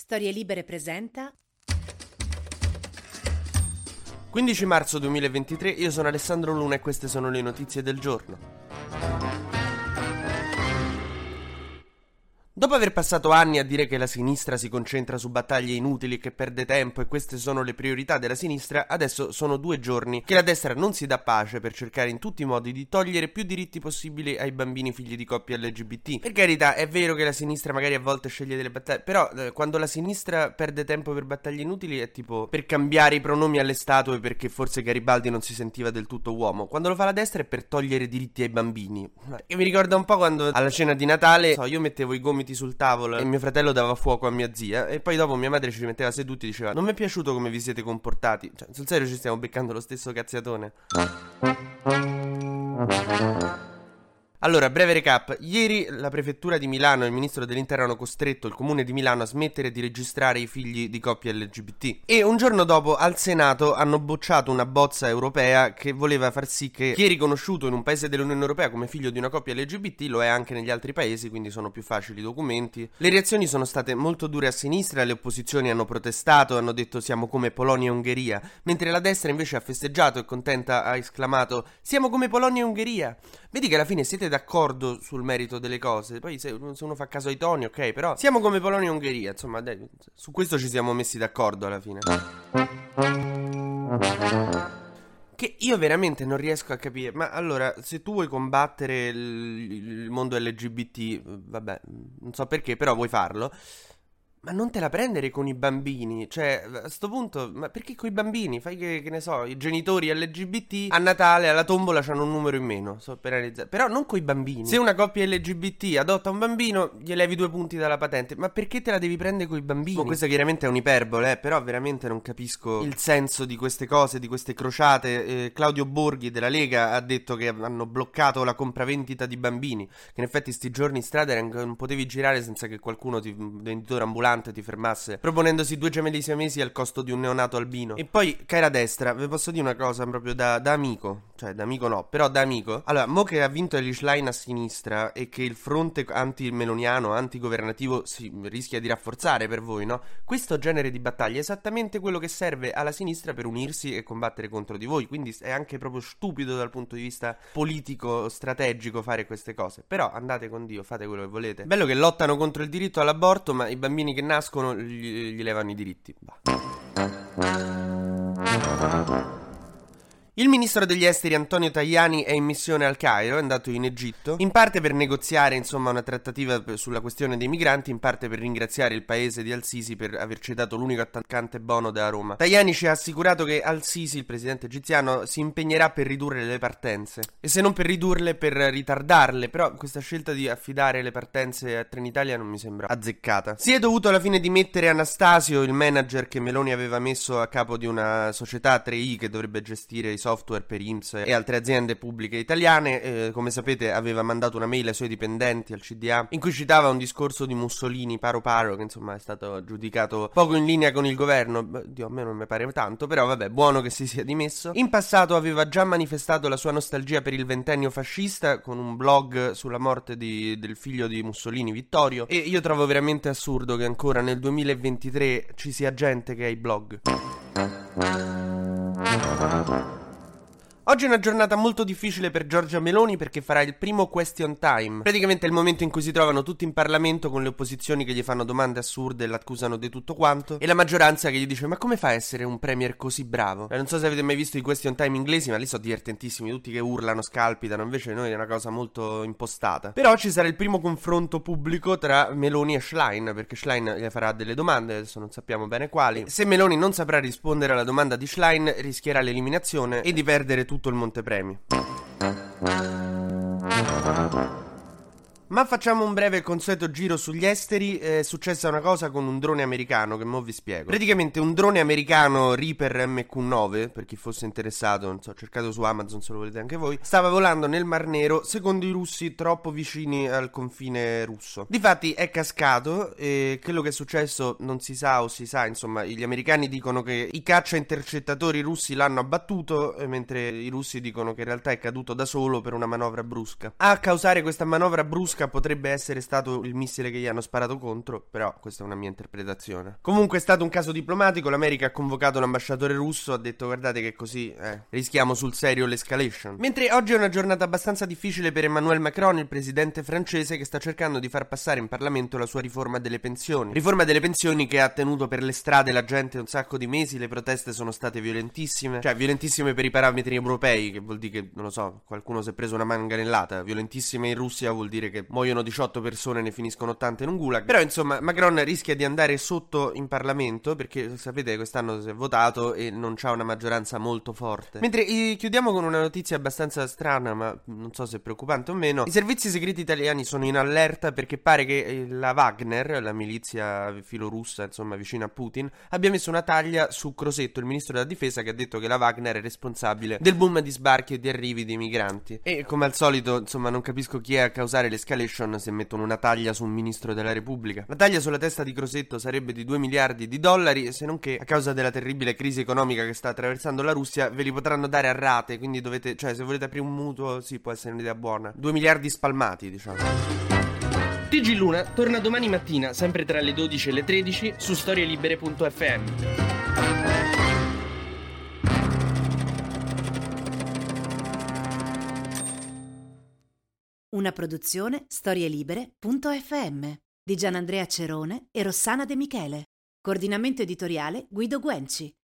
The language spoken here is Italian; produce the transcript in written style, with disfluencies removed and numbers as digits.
Storie Libere presenta 15 marzo 2023, io sono Alessandro Luna e queste sono le notizie del giorno. Dopo aver passato anni a dire che la sinistra si concentra su battaglie inutili e che perde tempo e queste sono le priorità della sinistra, adesso sono 2 giorni che la destra non si dà pace per cercare in tutti i modi di togliere più diritti possibili ai bambini figli di coppie LGBT. Per carità, è vero che la sinistra magari a volte sceglie delle battaglie, però quando la sinistra perde tempo per battaglie inutili è tipo per cambiare i pronomi alle statue perché forse Garibaldi non si sentiva del tutto uomo. Quando lo fa la destra è per togliere diritti ai bambini. E mi ricorda un po' quando alla cena di Natale io mettevo i gomiti sul tavolo e mio fratello dava fuoco a mia zia e poi dopo mia madre ci metteva seduti e diceva: non mi è piaciuto come vi siete comportati. Cioè, sul serio ci stiamo beccando lo stesso cazziatone. Allora, breve recap. Ieri la prefettura di Milano e il ministro dell'interno hanno costretto il comune di Milano a smettere di registrare i figli di coppie LGBT. E un giorno dopo al Senato hanno bocciato una bozza europea che voleva far sì che chi è riconosciuto in un paese dell'Unione Europea come figlio di una coppia LGBT lo è anche negli altri paesi, quindi sono più facili i documenti. Le reazioni sono state molto dure a sinistra, le opposizioni hanno protestato, hanno detto siamo come Polonia e Ungheria, mentre la destra invece ha festeggiato e contenta ha esclamato siamo come Polonia e Ungheria. Vedi che alla fine siete d'accordo sul merito delle cose, poi se uno fa caso ai toni, ok, però siamo come Polonia e Ungheria, insomma, dai, su questo ci siamo messi d'accordo alla fine. Che io veramente non riesco a capire, ma allora, se tu vuoi combattere il mondo LGBT, vabbè, non so perché, però vuoi farlo, ma non te la prendere con i bambini, cioè, a sto punto, ma perché con i bambini? Fai che ne so, i genitori LGBT a Natale, alla tombola c'hanno un numero in meno, però non con i bambini. Se una coppia LGBT adotta un bambino, gli levi 2 punti dalla patente, ma perché te la devi prendere con i bambini? Questa chiaramente è un'iperbole, però veramente non capisco il senso di queste cose, di queste crociate. Claudio Borghi della Lega ha detto che hanno bloccato la compravendita di bambini, che in effetti sti giorni in strada non potevi girare senza che qualcuno, venditore ambulante, ti fermasse proponendosi 2 gemelli siamesi al costo di un neonato albino. E poi, cara destra, vi posso dire una cosa proprio da amico, cioè da amico no, però da amico. Allora, mo che ha vinto Elish Line a sinistra e che il fronte anti-meloniano, antigovernativo si rischia di rafforzare per voi, no? Questo genere di battaglia è esattamente quello che serve alla sinistra per unirsi e combattere contro di voi, quindi è anche proprio stupido dal punto di vista politico, strategico fare queste cose. Però andate con Dio, fate quello che volete. Bello che lottano contro il diritto all'aborto, ma i bambini che nascono gli levano i diritti. Il ministro degli esteri Antonio Tajani è in missione al Cairo, è andato in Egitto, in parte per negoziare insomma una trattativa sulla questione dei migranti, in parte per ringraziare il paese di Al-Sisi per averci dato l'unico attaccante buono da Roma. Tajani ci ha assicurato che Al-Sisi, il presidente egiziano, si impegnerà per ridurre le partenze, e se non per ridurle, per ritardarle, però questa scelta di affidare le partenze a Trenitalia non mi sembra azzeccata. Si è dovuto alla fine dimettere Anastasio, il manager che Meloni aveva messo a capo di una società 3i che dovrebbe gestire i software per INPS e altre aziende pubbliche italiane. Come sapete aveva mandato una mail ai suoi dipendenti al CDA in cui citava un discorso di Mussolini paro paro che insomma è stato giudicato poco in linea con il governo. Dio, a me non mi pare tanto, però vabbè, buono che si sia dimesso. In passato aveva già manifestato la sua nostalgia per il ventennio fascista con un blog sulla morte del figlio di Mussolini, Vittorio, e io trovo veramente assurdo che ancora nel 2023 ci sia gente che ha i blog. Oggi è una giornata molto difficile per Giorgia Meloni perché farà il primo question time. Praticamente è il momento in cui si trovano tutti in Parlamento con le opposizioni che gli fanno domande assurde e l'accusano di tutto quanto, e la maggioranza che gli dice ma come fa a essere un premier così bravo? Non so se avete mai visto i question time inglesi, ma lì sono divertentissimi, tutti che urlano, scalpitano, invece noi è una cosa molto impostata. Però ci sarà il primo confronto pubblico tra Meloni e Schlein, perché Schlein gli farà delle domande, adesso non sappiamo bene quali. Se Meloni non saprà rispondere alla domanda di Schlein rischierà l'eliminazione e di perdere tutto il montepremi. Ma facciamo un breve consueto giro sugli esteri. È successa una cosa con un drone americano che mo vi spiego. Praticamente un drone americano Reaper MQ-9, per chi fosse interessato, non so, cercato su Amazon se lo volete anche voi, stava volando nel Mar Nero, secondo i russi troppo vicini al confine russo. Difatti è cascato e quello che è successo non si sa o si sa, insomma, gli americani dicono che i caccia intercettatori russi l'hanno abbattuto, mentre i russi dicono che in realtà è caduto da solo per una manovra brusca. A causare questa manovra brusca Tunguska potrebbe essere stato il missile che gli hanno sparato contro, però questa è una mia interpretazione. Comunque è stato un caso diplomatico, l'America ha convocato l'ambasciatore russo, ha detto guardate che così rischiamo sul serio l'escalation. Mentre oggi è una giornata abbastanza difficile per Emmanuel Macron, il presidente francese, che sta cercando di far passare in Parlamento la sua riforma delle pensioni. Riforma delle pensioni che ha tenuto per le strade la gente un sacco di mesi, le proteste sono state violentissime, cioè violentissime per i parametri europei, che vuol dire che, non lo so, qualcuno si è preso una manganellata, violentissime in Russia vuol dire che muoiono 18 persone e ne finiscono 80 in un gulag. Però insomma Macron rischia di andare sotto in Parlamento perché sapete quest'anno si è votato e non c'ha una maggioranza molto forte. Mentre chiudiamo con una notizia abbastanza strana, ma non so se è preoccupante o meno. I servizi segreti italiani sono in allerta perché pare che la Wagner, la milizia filorussa insomma vicina a Putin, abbia messo una taglia su Crosetto, il ministro della difesa, che ha detto che la Wagner è responsabile del boom di sbarchi e di arrivi dei migranti. E come al solito insomma non capisco chi è a causare l'escalation se mettono una taglia su un ministro della Repubblica. La taglia sulla testa di Crosetto sarebbe di 2 miliardi di dollari, se non che a causa della terribile crisi economica che sta attraversando la Russia ve li potranno dare a rate, quindi dovete, cioè se volete aprire un mutuo sì, può essere un'idea buona. 2 miliardi spalmati, diciamo. TG Luna torna domani mattina, sempre tra le 12 e le 13, su storielibere.fm. Una produzione storielibere.fm di Gianandrea Cerone e Rossana De Michele. Coordinamento editoriale Guido Guenci.